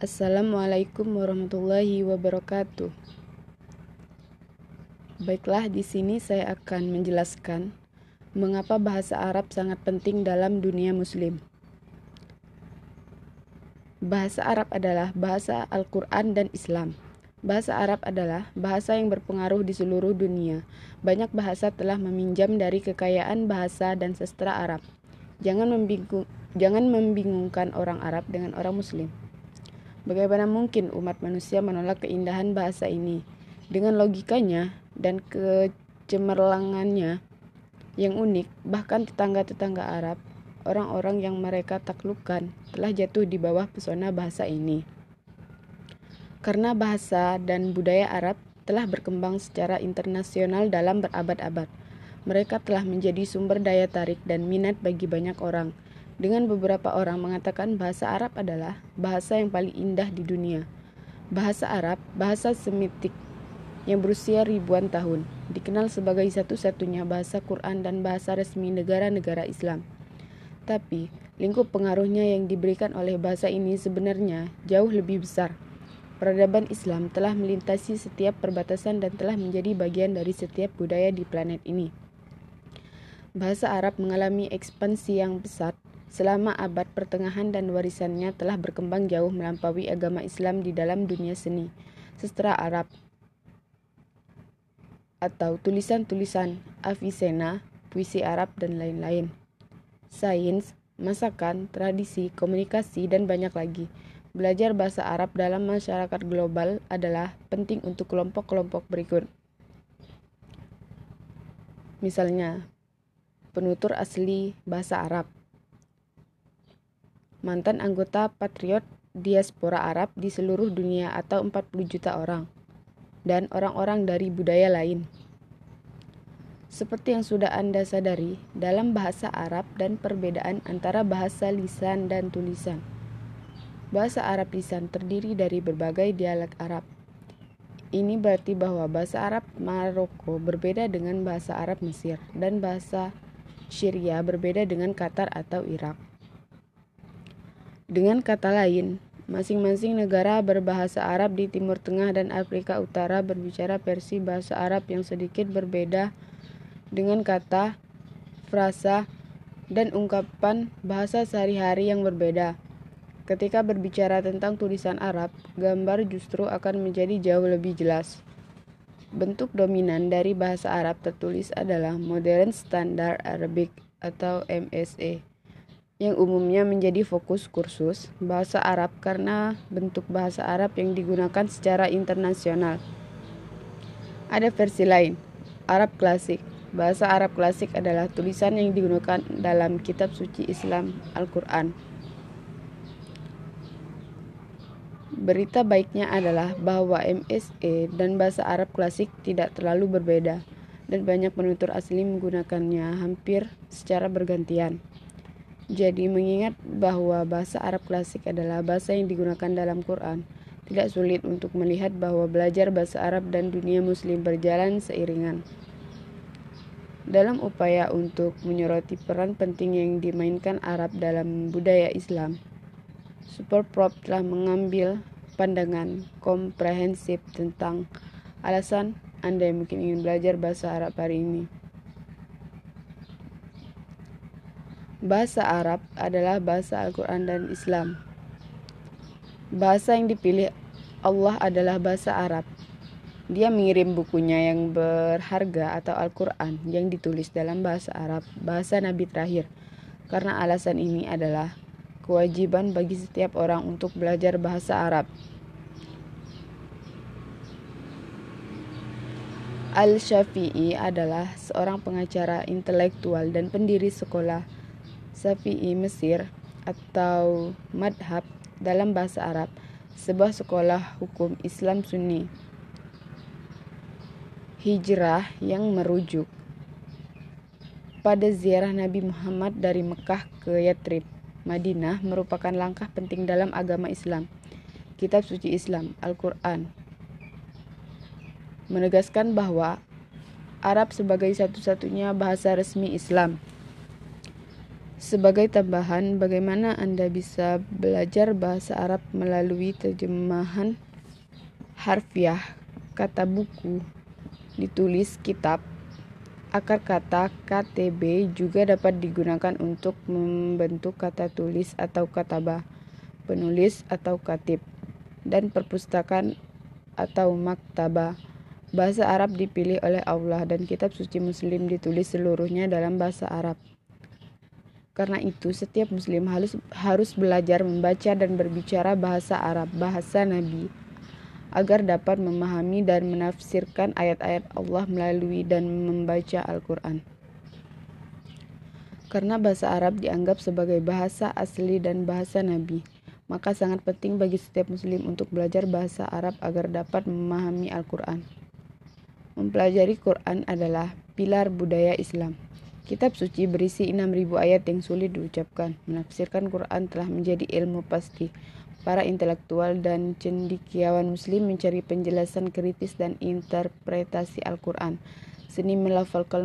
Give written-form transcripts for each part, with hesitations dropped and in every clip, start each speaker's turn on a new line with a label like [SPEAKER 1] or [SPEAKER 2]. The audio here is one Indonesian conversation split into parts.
[SPEAKER 1] Assalamualaikum warahmatullahi wabarakatuh. Baiklah, di sini saya akan menjelaskan mengapa bahasa Arab sangat penting dalam dunia Muslim. Bahasa Arab adalah bahasa Al-Quran dan Islam. Bahasa Arab adalah bahasa yang berpengaruh di seluruh dunia. Banyak bahasa telah meminjam dari kekayaan bahasa dan sastra Arab. Jangan membingungkan orang Arab dengan orang Muslim. Bagaimana mungkin umat manusia menolak keindahan bahasa ini? Dengan logikanya dan kecemerlangannya yang unik, bahkan tetangga-tetangga Arab, orang-orang yang mereka taklukkan, telah jatuh di bawah pesona bahasa ini. Karena bahasa dan budaya Arab telah berkembang secara internasional dalam berabad-abad, mereka telah menjadi sumber daya tarik dan minat bagi banyak orang. Dengan beberapa orang mengatakan bahasa Arab adalah bahasa yang paling indah di dunia. Bahasa Arab, bahasa Semitik yang berusia ribuan tahun, dikenal sebagai satu-satunya bahasa Quran dan bahasa resmi negara-negara Islam. Tapi, lingkup pengaruhnya yang diberikan oleh bahasa ini sebenarnya jauh lebih besar. Peradaban Islam telah melintasi setiap perbatasan dan telah menjadi bagian dari setiap budaya di planet ini. Bahasa Arab mengalami ekspansi yang pesat selama abad pertengahan dan warisannya telah berkembang jauh melampaui agama Islam di dalam dunia seni, sastra Arab, atau tulisan-tulisan Avicenna, puisi Arab, dan lain-lain. Sains, masakan, tradisi, komunikasi, dan banyak lagi. Belajar bahasa Arab dalam masyarakat global adalah penting untuk kelompok-kelompok berikut. Misalnya, penutur asli bahasa Arab, mantan anggota patriot diaspora Arab di seluruh dunia atau 40 juta orang, dan orang-orang dari budaya lain. Seperti yang sudah Anda sadari, dalam bahasa Arab dan perbedaan antara bahasa lisan dan tulisan. Bahasa Arab lisan terdiri dari berbagai dialek Arab. Ini berarti bahwa bahasa Arab Maroko berbeda dengan bahasa Arab Mesir, dan bahasa Syria berbeda dengan Qatar atau Irak. Dengan kata lain, masing-masing negara berbahasa Arab di Timur Tengah dan Afrika Utara berbicara versi bahasa Arab yang sedikit berbeda dengan kata, frasa, dan ungkapan bahasa sehari-hari yang berbeda. Ketika berbicara tentang tulisan Arab, gambar justru akan menjadi jauh lebih jelas. Bentuk dominan dari bahasa Arab tertulis adalah Modern Standard Arabic atau MSA, yang umumnya menjadi fokus kursus bahasa Arab karena bentuk bahasa Arab yang digunakan secara internasional. Ada versi lain, Arab Klasik. Bahasa Arab Klasik adalah tulisan yang digunakan dalam kitab suci Islam, Al-Quran. Berita baiknya adalah bahwa MSA dan bahasa Arab Klasik tidak terlalu berbeda, dan banyak penutur asli menggunakannya hampir secara bergantian. Jadi, mengingat bahwa bahasa Arab Klasik adalah bahasa yang digunakan dalam Quran, tidak sulit untuk melihat bahwa belajar bahasa Arab dan dunia Muslim berjalan seiringan. Dalam upaya untuk menyoroti peran penting yang dimainkan Arab dalam budaya Islam, Superprop telah mengambil pandangan komprehensif tentang alasan Anda yang mungkin ingin belajar bahasa Arab hari ini. Bahasa Arab adalah bahasa Al-Quran dan Islam. Bahasa yang dipilih Allah adalah bahasa Arab. Dia mengirim bukunya yang berharga atau Al-Quran yang ditulis dalam bahasa Arab, bahasa Nabi terakhir. Karena alasan ini adalah kewajiban bagi setiap orang untuk belajar bahasa Arab. Al-Syafi'i adalah seorang pengacara intelektual dan pendiri sekolah Syafi'i Mesir atau madhab dalam bahasa Arab, sebuah sekolah hukum Islam Sunni. Hijrah yang merujuk pada ziarah Nabi Muhammad dari Mekah ke Yathrib, Madinah merupakan langkah penting dalam agama Islam. Kitab suci Islam, Al-Quran, menegaskan bahwa Arab sebagai satu-satunya bahasa resmi Islam. Sebagai tambahan, bagaimana Anda bisa belajar bahasa Arab melalui terjemahan harfiah, kata buku, ditulis kitab. Akar kata KTB juga dapat digunakan untuk membentuk kata tulis atau kataba, penulis atau katib, dan perpustakaan atau maktaba. Bahasa Arab dipilih oleh Allah dan kitab suci Muslim ditulis seluruhnya dalam bahasa Arab. Karena itu, setiap Muslim harus belajar membaca dan berbicara bahasa Arab, bahasa Nabi, agar dapat memahami dan menafsirkan ayat-ayat Allah melalui dan membaca Al-Quran. Karena bahasa Arab dianggap sebagai bahasa asli dan bahasa Nabi, maka sangat penting bagi setiap Muslim untuk belajar bahasa Arab agar dapat memahami Al-Quran. Mempelajari Quran adalah pilar budaya Islam. Kitab suci berisi 6.000 ayat yang sulit diucapkan. Menafsirkan Quran telah menjadi ilmu pasti. Para intelektual dan cendekiawan Muslim mencari penjelasan kritis dan interpretasi Al-Quran. Seni melafalkan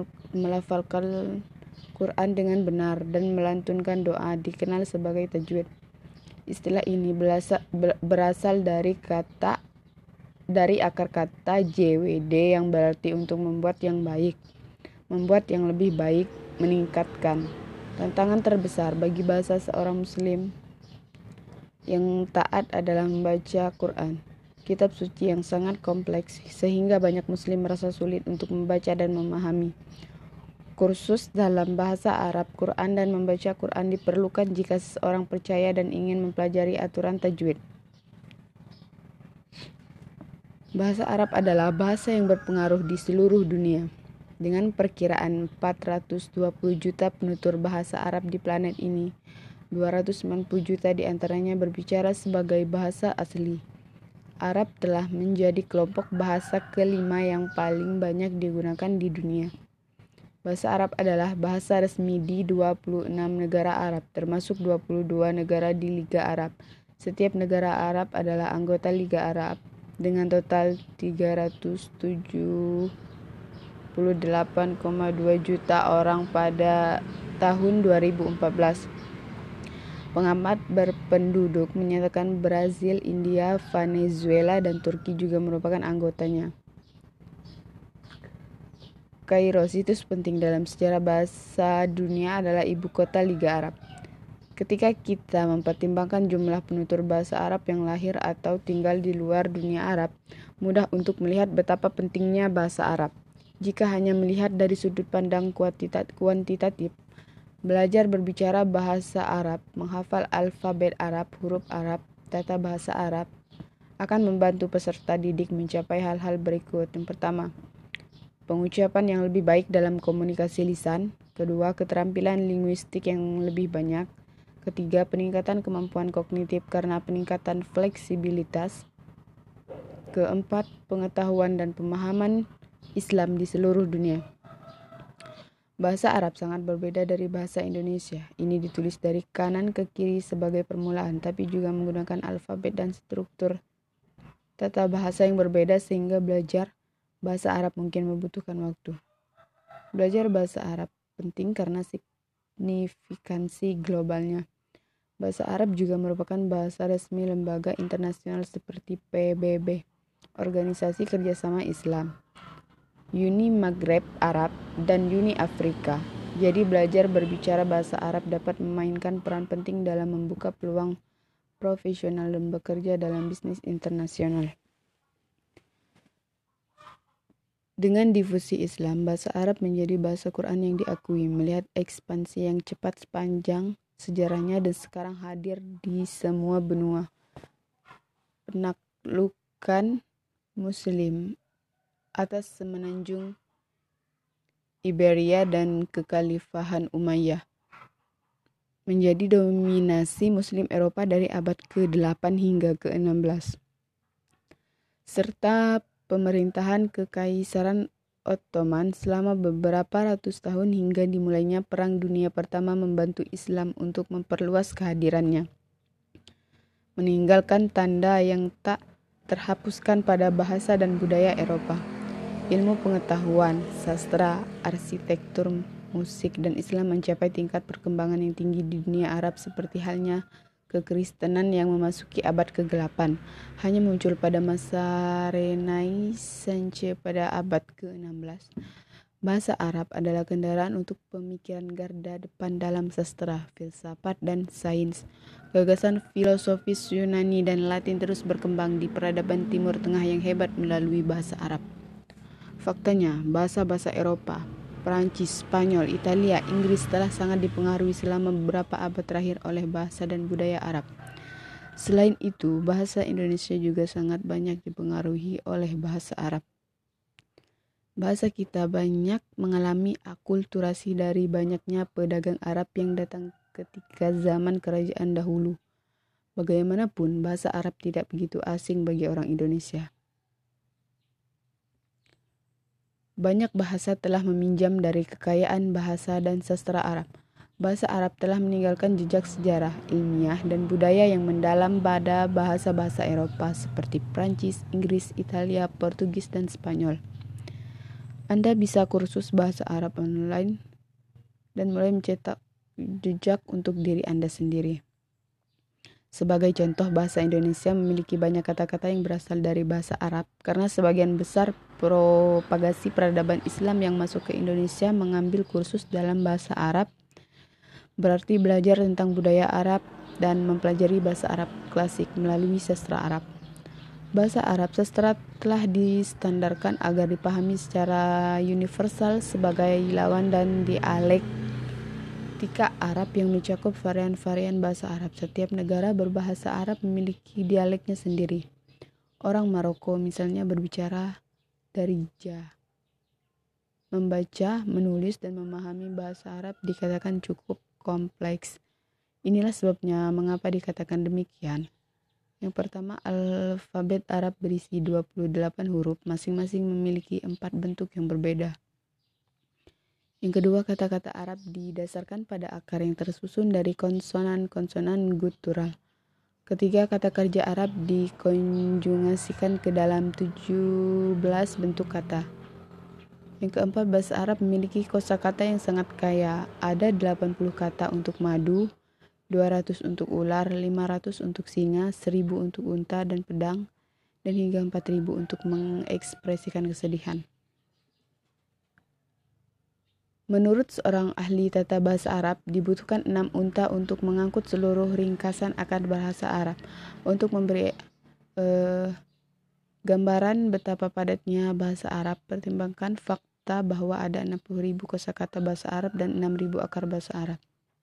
[SPEAKER 1] Quran dengan benar dan melantunkan doa dikenal sebagai tajwid. Istilah ini berasal dari akar kata JWD yang berarti untuk membuat yang baik, membuat yang lebih baik, meningkatkan. Tantangan terbesar bagi bahasa seorang Muslim yang taat adalah membaca Quran, kitab suci yang sangat kompleks sehingga banyak Muslim merasa sulit untuk membaca dan memahami. Kursus dalam bahasa Arab, Quran dan membaca Quran diperlukan jika seseorang percaya dan ingin mempelajari aturan tajwid. Bahasa Arab adalah bahasa yang berpengaruh di seluruh dunia. Dengan perkiraan 420 juta penutur bahasa Arab di planet ini, 290 juta di antaranya berbicara sebagai bahasa asli. Arab telah menjadi kelompok bahasa kelima yang paling banyak digunakan di dunia. Bahasa Arab adalah bahasa resmi di 26 negara Arab, termasuk 22 negara di Liga Arab. Setiap negara Arab adalah anggota Liga Arab, dengan total 378,2 juta orang pada tahun 2014. Pengamat berpenduduk menyatakan Brazil, India, Venezuela, dan Turki juga merupakan anggotanya. Kairo, situs penting dalam sejarah bahasa dunia, adalah ibu kota Liga Arab. Ketika kita mempertimbangkan jumlah penutur bahasa Arab yang lahir atau tinggal di luar dunia Arab, mudah untuk melihat betapa pentingnya bahasa Arab. Jika hanya melihat dari sudut pandang kuantitatif, belajar berbicara bahasa Arab, menghafal alfabet Arab, huruf Arab, tata bahasa Arab, akan membantu peserta didik mencapai hal-hal berikut. Yang pertama, pengucapan yang lebih baik dalam komunikasi lisan. Kedua, keterampilan linguistik yang lebih banyak. Ketiga, peningkatan kemampuan kognitif karena peningkatan fleksibilitas. Keempat, pengetahuan dan pemahaman Islam di seluruh dunia. Bahasa Arab sangat berbeda dari bahasa Indonesia. Ini ditulis dari kanan ke kiri sebagai permulaan, tapi juga menggunakan alfabet dan struktur tata bahasa yang berbeda sehingga belajar bahasa Arab mungkin membutuhkan waktu. Belajar bahasa Arab penting karena signifikansi globalnya. Bahasa Arab juga merupakan bahasa resmi lembaga internasional seperti PBB, Organisasi Kerjasama Islam, Uni Maghreb Arab, dan Uni Afrika. Jadi belajar berbicara bahasa Arab dapat memainkan peran penting dalam membuka peluang profesional dan bekerja dalam bisnis internasional. Dengan difusi Islam, bahasa Arab menjadi bahasa Quran yang diakui, melihat ekspansi yang cepat sepanjang sejarahnya dan sekarang hadir di semua benua. Penaklukan Muslim atas semenanjung Iberia dan kekhalifahan Umayyah menjadi dominasi Muslim Eropa dari abad ke-8 hingga ke-16, serta pemerintahan Kekaisaran Ottoman selama beberapa ratus tahun hingga dimulainya Perang Dunia Pertama membantu Islam untuk memperluas kehadirannya, meninggalkan tanda yang tak terhapuskan pada bahasa dan budaya Eropa. Ilmu pengetahuan, sastra, arsitektur, musik, dan Islam mencapai tingkat perkembangan yang tinggi di dunia Arab seperti halnya kekristenan yang memasuki abad ke-8 hanya muncul pada masa Renaissance pada abad ke-16. Bahasa Arab adalah kendaraan untuk pemikiran garda depan dalam sastra, filsafat, dan sains. Gagasan filosofis Yunani dan Latin terus berkembang di peradaban Timur Tengah yang hebat melalui bahasa Arab. Faktanya, bahasa-bahasa Eropa, Perancis, Spanyol, Italia, Inggris telah sangat dipengaruhi selama beberapa abad terakhir oleh bahasa dan budaya Arab. Selain itu, bahasa Indonesia juga sangat banyak dipengaruhi oleh bahasa Arab. Bahasa kita banyak mengalami akulturasi dari banyaknya pedagang Arab yang datang ketika zaman kerajaan dahulu. Bagaimanapun, bahasa Arab tidak begitu asing bagi orang Indonesia. Banyak bahasa telah meminjam dari kekayaan bahasa dan sastra Arab. Bahasa Arab telah meninggalkan jejak sejarah, ilmiah, dan budaya yang mendalam pada bahasa-bahasa Eropa seperti Prancis, Inggris, Italia, Portugis, dan Spanyol. Anda bisa kursus bahasa Arab online dan mulai mencetak jejak untuk diri Anda sendiri. Sebagai contoh, bahasa Indonesia memiliki banyak kata-kata yang berasal dari bahasa Arab karena sebagian besar propagasi peradaban Islam yang masuk ke Indonesia mengambil kursus dalam bahasa Arab, berarti belajar tentang budaya Arab dan mempelajari bahasa Arab klasik melalui sastra Arab. Bahasa Arab sastra telah distandarkan agar dipahami secara universal sebagai lawan dan dialektika Arab yang mencakup varian-varian bahasa Arab. Setiap negara berbahasa Arab memiliki dialeknya sendiri. Orang Maroko misalnya berbicara Darija. Membaca, menulis, dan memahami bahasa Arab dikatakan cukup kompleks. Inilah sebabnya mengapa dikatakan demikian. Yang pertama, alfabet Arab berisi 28 huruf, masing-masing memiliki 4 bentuk yang berbeda. Yang kedua, kata-kata Arab didasarkan pada akar yang tersusun dari konsonan-konsonan guttural. Ketiga, kata kerja Arab dikonjugasikan ke dalam 17 bentuk kata. Yang keempat, bahasa Arab memiliki kosakata yang sangat kaya. Ada 80 kata untuk madu, 200 untuk ular, 500 untuk singa, 1000 untuk unta dan pedang, dan hingga 4000 untuk mengekspresikan kesedihan. Menurut seorang ahli tata bahasa Arab, dibutuhkan 6 unta untuk mengangkut seluruh ringkasan akar bahasa Arab. Untuk memberi gambaran betapa padatnya bahasa Arab, pertimbangkan fakta bahwa ada 60.000 kosakata bahasa Arab dan 6.000 akar bahasa Arab.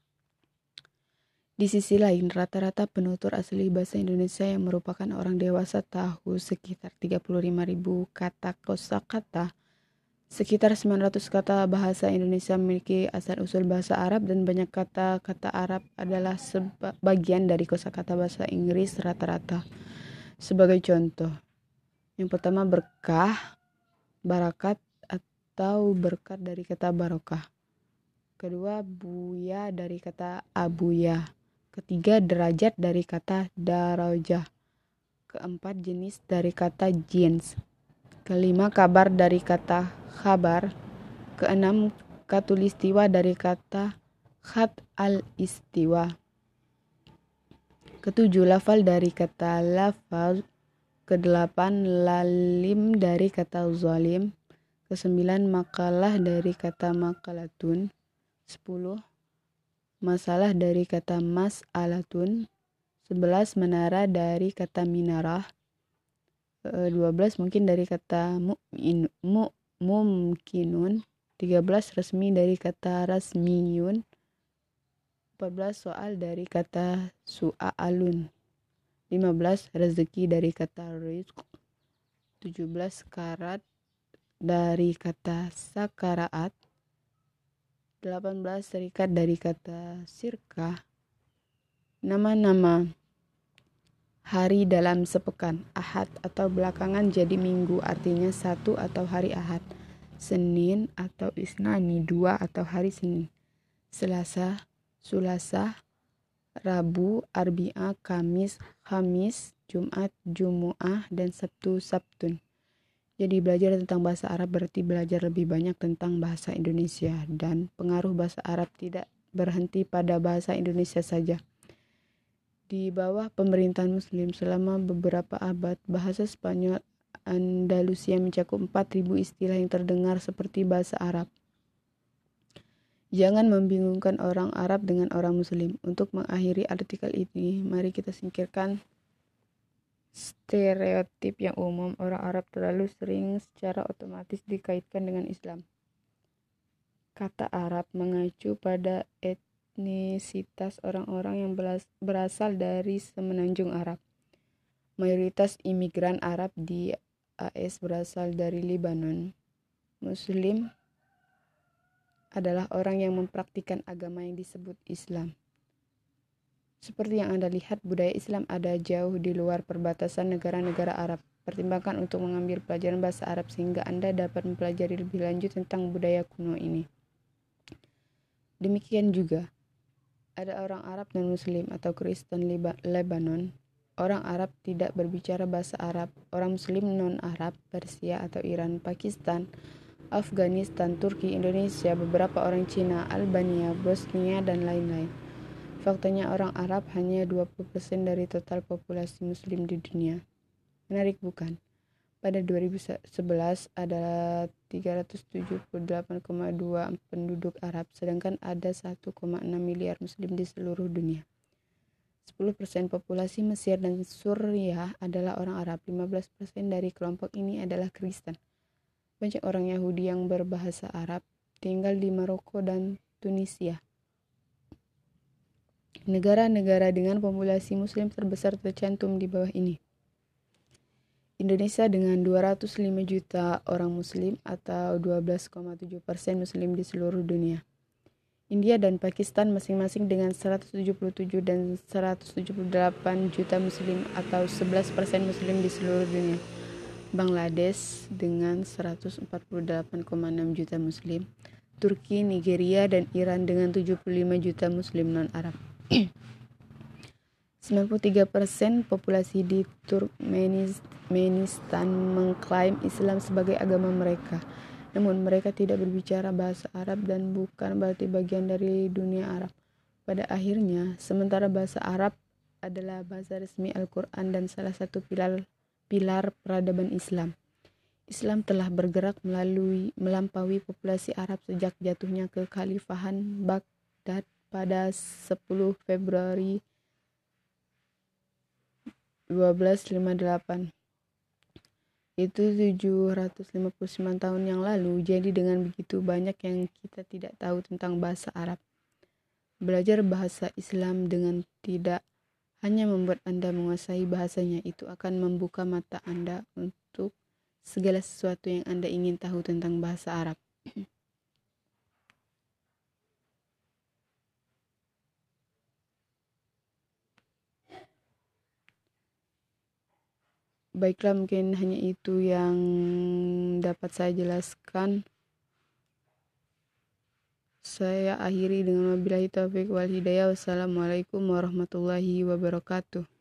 [SPEAKER 1] Di sisi lain, rata-rata penutur asli bahasa Indonesia yang merupakan orang dewasa tahu sekitar 35.000 kata kosakata. Sekitar 900 kata bahasa Indonesia memiliki asal-usul bahasa Arab dan banyak kata-kata Arab adalah bagian dari kosakata bahasa Inggris rata-rata. Sebagai contoh, yang pertama berkah, barakat atau berkat dari kata barokah. Kedua, buya dari kata abuya. Ketiga, derajat dari kata darajah. Keempat, jenis dari kata jins. Kelima, kabar dari kata khabar. Keenam, katulistiwa dari kata khat al-istiwa. Ketujuh, lafal dari kata lafaz. Kedelapan, lalim dari kata zalim. Kesembilan, makalah dari kata makalatun. 10. Masalah dari kata mas'alatun. 11. Menara dari kata minarah. 12. Mungkin dari kata mumkinun. 13. Resmi dari kata rasmiyun. 14. Soal dari kata su'alun. 15. Rezeki dari kata rizq. 17. Karat dari kata sakaraat. 18. Serikat dari kata sirkah. Nama-nama hari dalam sepekan. Ahad atau belakangan jadi minggu, artinya satu atau hari Ahad. Senin atau isnani, 2 atau hari Senin. Selasa, Sulasa, Rabu, Arbi'a, Kamis, Khamis, Jumat, Jumu'ah, dan Sabtu, Sabtun. Jadi belajar tentang bahasa Arab berarti belajar lebih banyak tentang bahasa Indonesia, dan pengaruh bahasa Arab tidak berhenti pada bahasa Indonesia saja. Di bawah pemerintahan Muslim selama beberapa abad, bahasa Spanyol Andalusia mencakup 4.000 istilah yang terdengar seperti bahasa Arab. Jangan membingungkan orang Arab dengan orang Muslim. Untuk mengakhiri artikel ini, mari kita singkirkan stereotip yang umum. Orang Arab terlalu sering secara otomatis dikaitkan dengan Islam. Kata Arab mengacu pada etnisitas orang-orang yang berasal dari semenanjung Arab. Mayoritas imigran Arab di AS berasal dari Lebanon. Muslim adalah orang yang mempraktikkan agama yang disebut Islam. Seperti yang Anda lihat, budaya Islam ada jauh di luar perbatasan negara-negara Arab. Pertimbangkan untuk mengambil pelajaran bahasa Arab sehingga Anda dapat mempelajari lebih lanjut tentang budaya kuno ini. Demikian juga, ada orang Arab non-Muslim atau Kristen Lebanon. Orang Arab tidak berbicara bahasa Arab. Orang Muslim non-Arab, Persia atau Iran, Pakistan, Afghanistan, Turki, Indonesia, beberapa orang Cina, Albania, Bosnia, dan lain-lain. Faktanya orang Arab hanya 20% dari total populasi Muslim di dunia. Menarik bukan? Pada 2011 ada 378,2 penduduk Arab, sedangkan ada 1,6 miliar Muslim di seluruh dunia. 10% populasi Mesir dan Suriah adalah orang Arab. 15% dari kelompok ini adalah Kristen. Banyak orang Yahudi yang berbahasa Arab tinggal di Maroko dan Tunisia. Negara-negara dengan populasi Muslim terbesar tercantum di bawah ini. Indonesia dengan 205 juta orang Muslim atau 12,7% Muslim di seluruh dunia. India dan Pakistan masing-masing dengan 177 dan 178 juta Muslim atau 11% Muslim di seluruh dunia. Bangladesh dengan 148,6 juta Muslim, Turki, Nigeria, dan Iran dengan 75 juta Muslim non-Arab. 93% populasi di Turkmenistan mengklaim Islam sebagai agama mereka. Namun mereka tidak berbicara bahasa Arab dan bukan berarti bagian dari dunia Arab. Pada akhirnya, sementara bahasa Arab adalah bahasa resmi Al-Quran dan salah satu pilar peradaban Islam. Islam telah bergerak melampaui populasi Arab sejak jatuhnya kekhalifahan Baghdad pada 10 Februari 1258. Itu 759 tahun yang lalu. Jadi dengan begitu banyak yang kita tidak tahu tentang bahasa Arab. Belajar bahasa Islam dengan tidak hanya membuat Anda menguasai bahasanya, itu akan membuka mata Anda untuk segala sesuatu yang Anda ingin tahu tentang bahasa Arab. Baiklah, mungkin hanya itu yang dapat saya jelaskan. Saya akhiri dengan wabillahi taufiq wal hidayah. Wassalamualaikum warahmatullahi wabarakatuh.